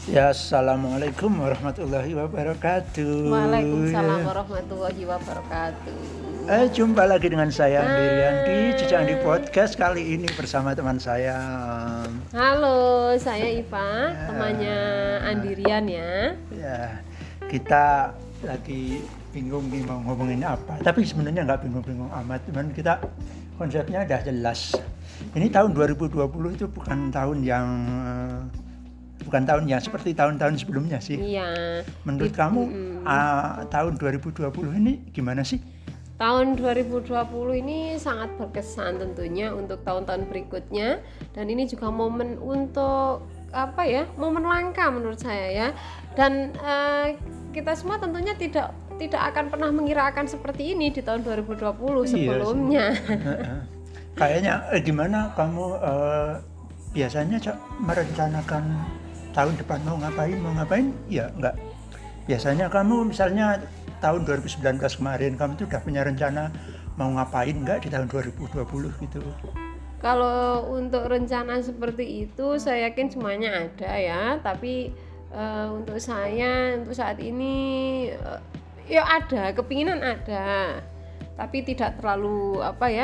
Ya, assalamualaikum warahmatullahi wabarakatuh. Waalaikumsalam warahmatullahi wabarakatuh. Jumpa lagi dengan saya Andirian di Cicandi Podcast kali ini bersama teman saya. Halo, saya Iva, temannya Andirian ya. Ya, kita lagi bingung nih mau ngomongin apa. Tapi sebenarnya nggak bingung-bingung amat, cuman kita konsepnya udah jelas. Ini tahun 2020 itu bukan tahun yang seperti tahun-tahun sebelumnya sih. Iya. Menurut kamu tahun 2020 ini gimana sih? Tahun 2020 ini sangat berkesan tentunya untuk tahun-tahun berikutnya, dan ini juga momen untuk momen langka menurut saya ya. Dan kita semua tentunya tidak akan pernah mengira akan seperti ini di tahun 2020 sebelumnya. Kayaknya gimana kamu biasanya merencanakan tahun depan mau ngapain? Ya enggak. Biasanya kamu misalnya tahun 2019 kemarin kamu tuh udah punya rencana mau ngapain enggak di tahun 2020 gitu? Kalau untuk rencana seperti itu saya yakin semuanya ada ya, tapi untuk saya untuk saat ini ya ada, kepinginan ada, tapi tidak terlalu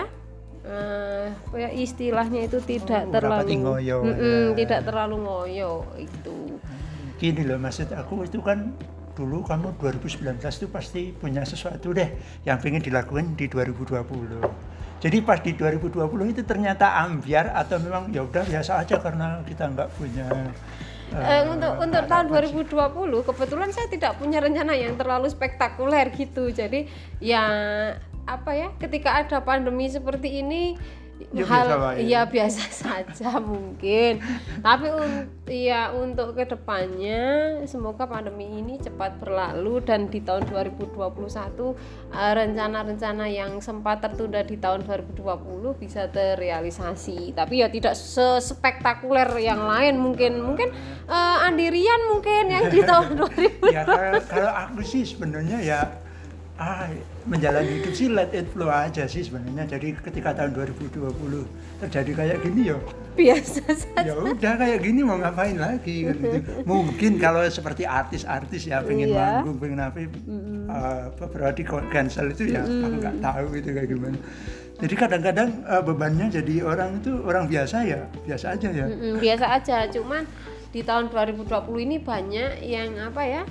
istilahnya itu tidak terlalu tidak terlalu ngoyo itu. Gini loh, maksud aku itu kan dulu kamu 2019 itu pasti punya sesuatu deh yang pengen dilakukan di 2020. Jadi pas di 2020 itu ternyata ambiar atau memang ya udah biasa aja karena kita nggak punya. Untuk tahun 2020 kebetulan saya tidak punya rencana yang terlalu spektakuler gitu. Jadi ya ketika ada pandemi seperti ini biasa saja mungkin. Tapi untuk kedepannya semoga pandemi ini cepat berlalu dan di tahun 2021 rencana-rencana yang sempat tertunda di tahun 2020 bisa terrealisasi. Tapi ya tidak sespektakuler yang lain, mungkin Andirian mungkin yang di tahun 2020. Ya kalau aku sih sebenarnya ya menjalani hidup sih let it flow aja sih sebenarnya. Jadi ketika tahun 2020 terjadi kayak gini ya biasa saja. Ya udah kayak gini mau ngapain lagi gitu. Mungkin kalau seperti artis-artis ya pengen manggung, pengen beberapa di cancel itu ya aku nggak tahu gitu kayak gimana. Jadi kadang-kadang bebannya jadi orang biasa ya biasa aja ya. Biasa aja, cuman di tahun 2020 ini banyak yang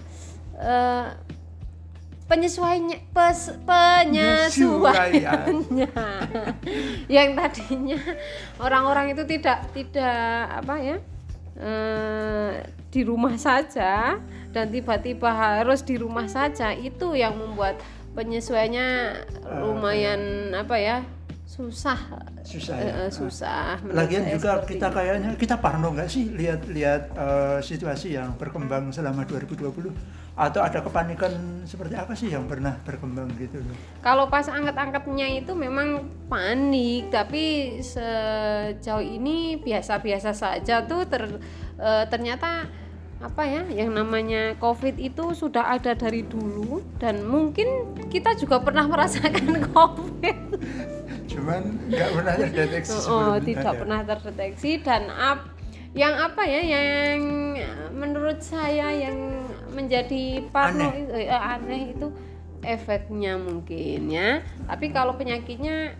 penyesuaiannya yang tadinya orang-orang itu tidak di rumah saja dan tiba-tiba harus di rumah saja, itu yang membuat penyesuaiannya lumayan susah. Lagian juga kita parno nggak sih lihat situasi yang berkembang selama 2020, atau ada kepanikan seperti apa sih yang pernah berkembang gitu loh? Kalau pas angkat-angkatnya itu memang panik, tapi sejauh ini biasa-biasa saja tuh. Ternyata yang namanya COVID itu sudah ada dari dulu, dan mungkin kita juga pernah merasakan COVID. Cuman nggak pernah terdeteksi sebelumnya. Tidak pernah terdeteksi. Dan yang menurut saya yang menjadi aneh itu efeknya mungkin ya. Tapi kalau penyakitnya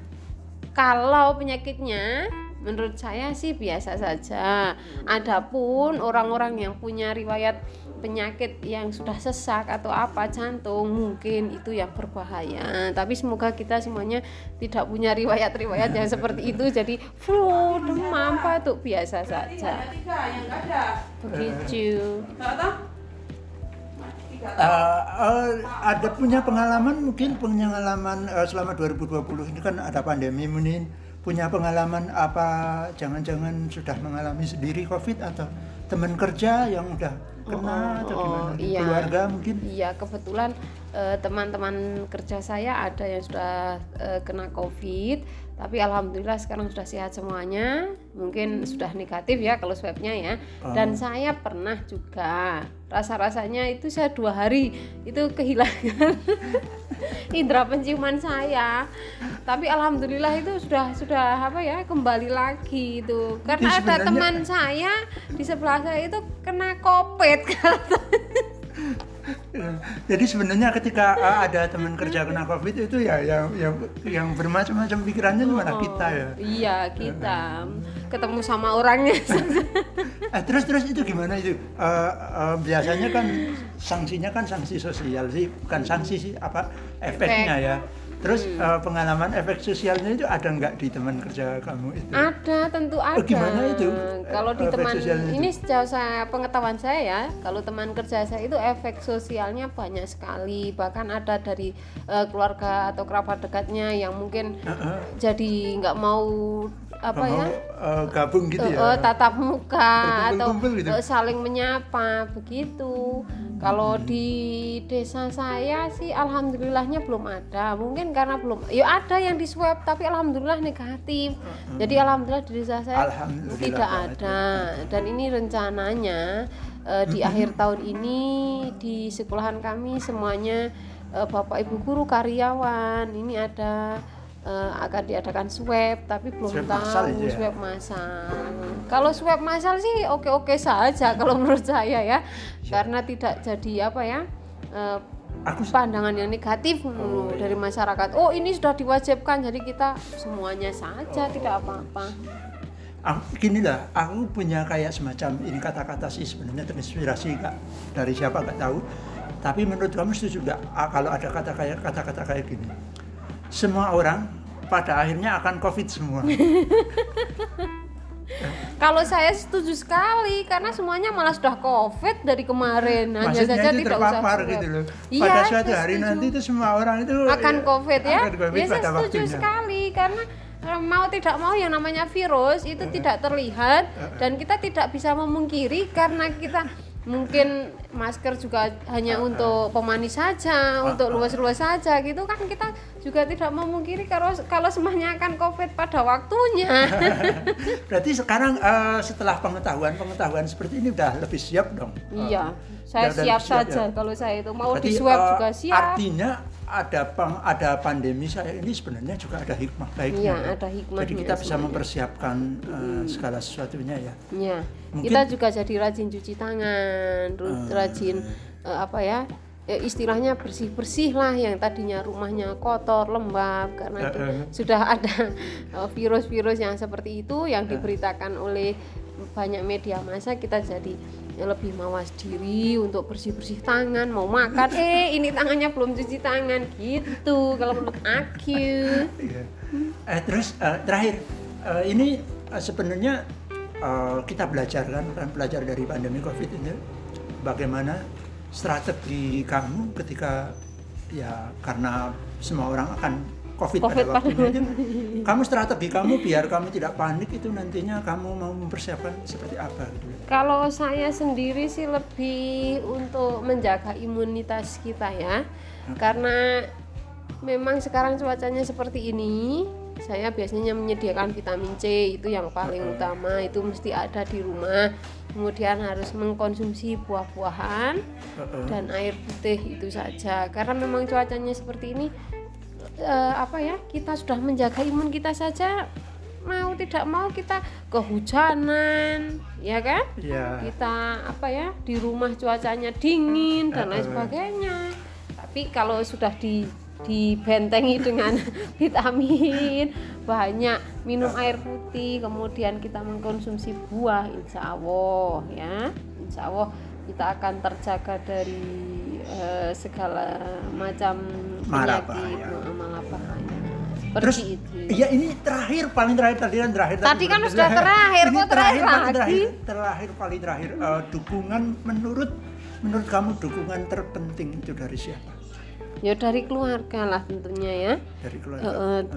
menurut saya sih biasa saja. Adapun orang-orang yang punya riwayat penyakit yang sudah sesak atau jantung, mungkin itu yang berbahaya. Tapi semoga kita semuanya tidak punya riwayat yang seperti itu. Jadi flu, demam, batuk biasa saja. Begitu. Ada punya pengalaman selama 2020 ini kan ada pandemi, mungkin punya pengalaman apa, jangan-jangan sudah mengalami sendiri COVID atau teman kerja yang udah kena atau gimana? Iya. Keluarga mungkin? Iya, kebetulan teman-teman kerja saya ada yang sudah kena COVID, tapi alhamdulillah sekarang sudah sehat semuanya. Mungkin sudah negatif ya kalau swabnya ya. Dan saya pernah juga rasa-rasanya itu saya 2 hari itu kehilangan indera penciuman saya. Tapi alhamdulillah itu sudah apa ya, kembali lagi itu. Karena ada teman saya di sebelah saya itu kena COVID. Jadi sebenarnya ketika ada teman kerja kena COVID itu ya yang bermacam-macam pikirannya cuma kita ya. Iya, kita ketemu sama orangnya. Terus itu gimana itu? Biasanya kan sanksinya kan sanksi sosial sih, bukan sanksi sih, apa efeknya ya. Terus pengalaman efek sosialnya itu ada nggak di teman kerja kamu itu? Ada, tentu ada. Gimana itu? Kalau di teman ini sejauh pengetahuan saya ya, kalau teman kerja saya itu efek sosialnya banyak sekali. Bahkan ada dari keluarga atau kerabat dekatnya yang mungkin jadi nggak mau gabung gitu ya, tatap muka atau gitu. Saling menyapa begitu. Kalau di desa saya sih alhamdulillahnya belum ada. Mungkin karena belum, ya ada yang di swab tapi alhamdulillah negatif. Jadi alhamdulillah di desa saya tidak ada. Dan ini rencananya di akhir tahun ini di sekolahan kami semuanya Bapak Ibu guru karyawan ini ada akan diadakan swab, tapi belum tahu swab massal. Kalau swab massal sih oke-oke saja kalau menurut saya ya, karena tidak jadi apa ya pandangan yang negatif dari masyarakat. Oh ini sudah diwajibkan, jadi kita semuanya saja tidak apa-apa. Gini lah, aku punya kayak semacam ini kata-kata sih sebenarnya terinspirasi nggak dari siapa nggak tahu. Tapi menurut kamu setuju nggak kalau ada kata-kata kayak gini? Semua orang pada akhirnya akan COVID semua. Kalau saya setuju sekali karena semuanya malah sudah COVID dari kemarin. Hanya maksudnya saja itu tidak terpapar usah gitu loh. Iya, pada suatu hari nanti itu semua orang itu akan COVID ya. COVID Saya setuju sekali karena mau tidak mau yang namanya virus itu tidak terlihat dan kita tidak bisa memungkiri karena kita mungkin masker juga hanya untuk pemanis saja, untuk luas-luas saja gitu kan, kita juga tidak memungkiri kalau semuanya akan COVID pada waktunya. Berarti sekarang setelah pengetahuan seperti ini udah lebih siap dong? Iya, saya siap saja ya. Kalau saya itu mau berarti, di swab juga siap. Artinya ada pandemi saya ini sebenarnya juga ada hikmah baiknya. Iya, ada hikmahnya. Jadi kita bisa mempersiapkan segala sesuatunya ya. Iya. Kita juga jadi rajin cuci tangan, rajin istilahnya bersih-bersih lah yang tadinya rumahnya kotor, lembab karena itu sudah ada virus-virus yang seperti itu yang diberitakan oleh banyak media massa. Kita jadi lebih mawas diri untuk bersih-bersih tangan, mau makan ini tangannya belum cuci tangan gitu kalau menurut aku. Terus terakhir ini sebenarnya kita belajar dari pandemi COVID ini bagaimana strategi kamu ketika ya karena semua orang akan COVID pada waktunya itu, strategi kamu biar kamu tidak panik itu nantinya kamu mau mempersiapkan seperti apa gitu? Kalau saya sendiri sih lebih untuk menjaga imunitas kita ya, karena memang sekarang cuacanya seperti ini. Saya biasanya menyediakan vitamin C, itu yang paling utama, itu mesti ada di rumah. Kemudian harus mengkonsumsi buah-buahan dan air putih, itu saja. Karena memang cuacanya seperti ini, kita sudah menjaga imun kita saja, mau tidak mau kita kehujanan, ya kan? Yeah. Kita di rumah cuacanya dingin dan lain sebagainya. Tapi kalau sudah dibentengi dengan vitamin, banyak minum air putih, kemudian kita mengkonsumsi buah, insya Allah kita akan terjaga dari segala macam penyakit malapetaka. Terus iya ini paling terakhir tadi kan sudah terakhir paling terakhir dukungan menurut kamu dukungan terpenting itu dari siapa? Ya dari keluarga lah tentunya ya. Dari keluarga.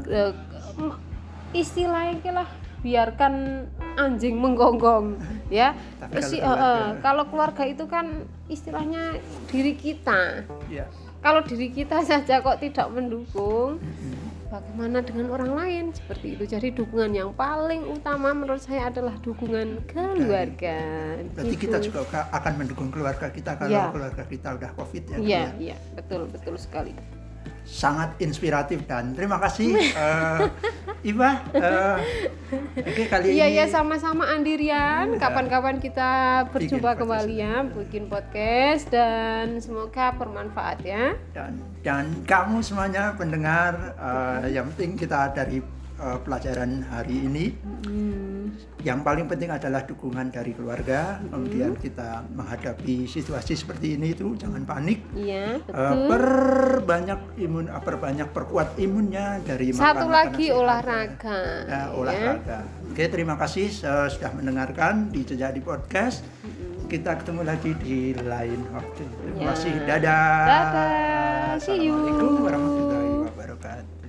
Istilahnya lah biarkan anjing menggonggong ya. Kalau keluarga itu kan istilahnya diri kita. Ya. kalau diri kita saja kok tidak mendukung, bagaimana dengan orang lain seperti itu. Jadi dukungan yang paling utama menurut saya adalah dukungan keluarga. Berarti gitu. kita juga akan mendukung keluarga kita kalau Ya. keluarga kita udah COVID ya. Iya, Bu, iya, betul sekali. Sangat inspiratif dan terima kasih Iva. Oke, kali Iya, ini ya sama-sama Andirian. Kapan-kapan kita berjumpa podcast. kembali ya, bikin podcast dan semoga bermanfaat ya. dan kamu semuanya pendengar, yang penting kita dari pelajaran hari ini yang paling penting adalah dukungan dari keluarga. Kemudian kita menghadapi situasi seperti ini itu jangan panik. Iya, betul. Perbanyak perkuat imunnya dari Satu makan lagi makanan sehat. olahraga. Ya, olahraga. Oke, terima kasih sudah mendengarkan di Jejak di Podcast. Kita ketemu lagi di lain waktu. Terima Ya. kasih. Dadah. Dadah. See you. Assalamualaikum warahmatullahi wabarakatuh.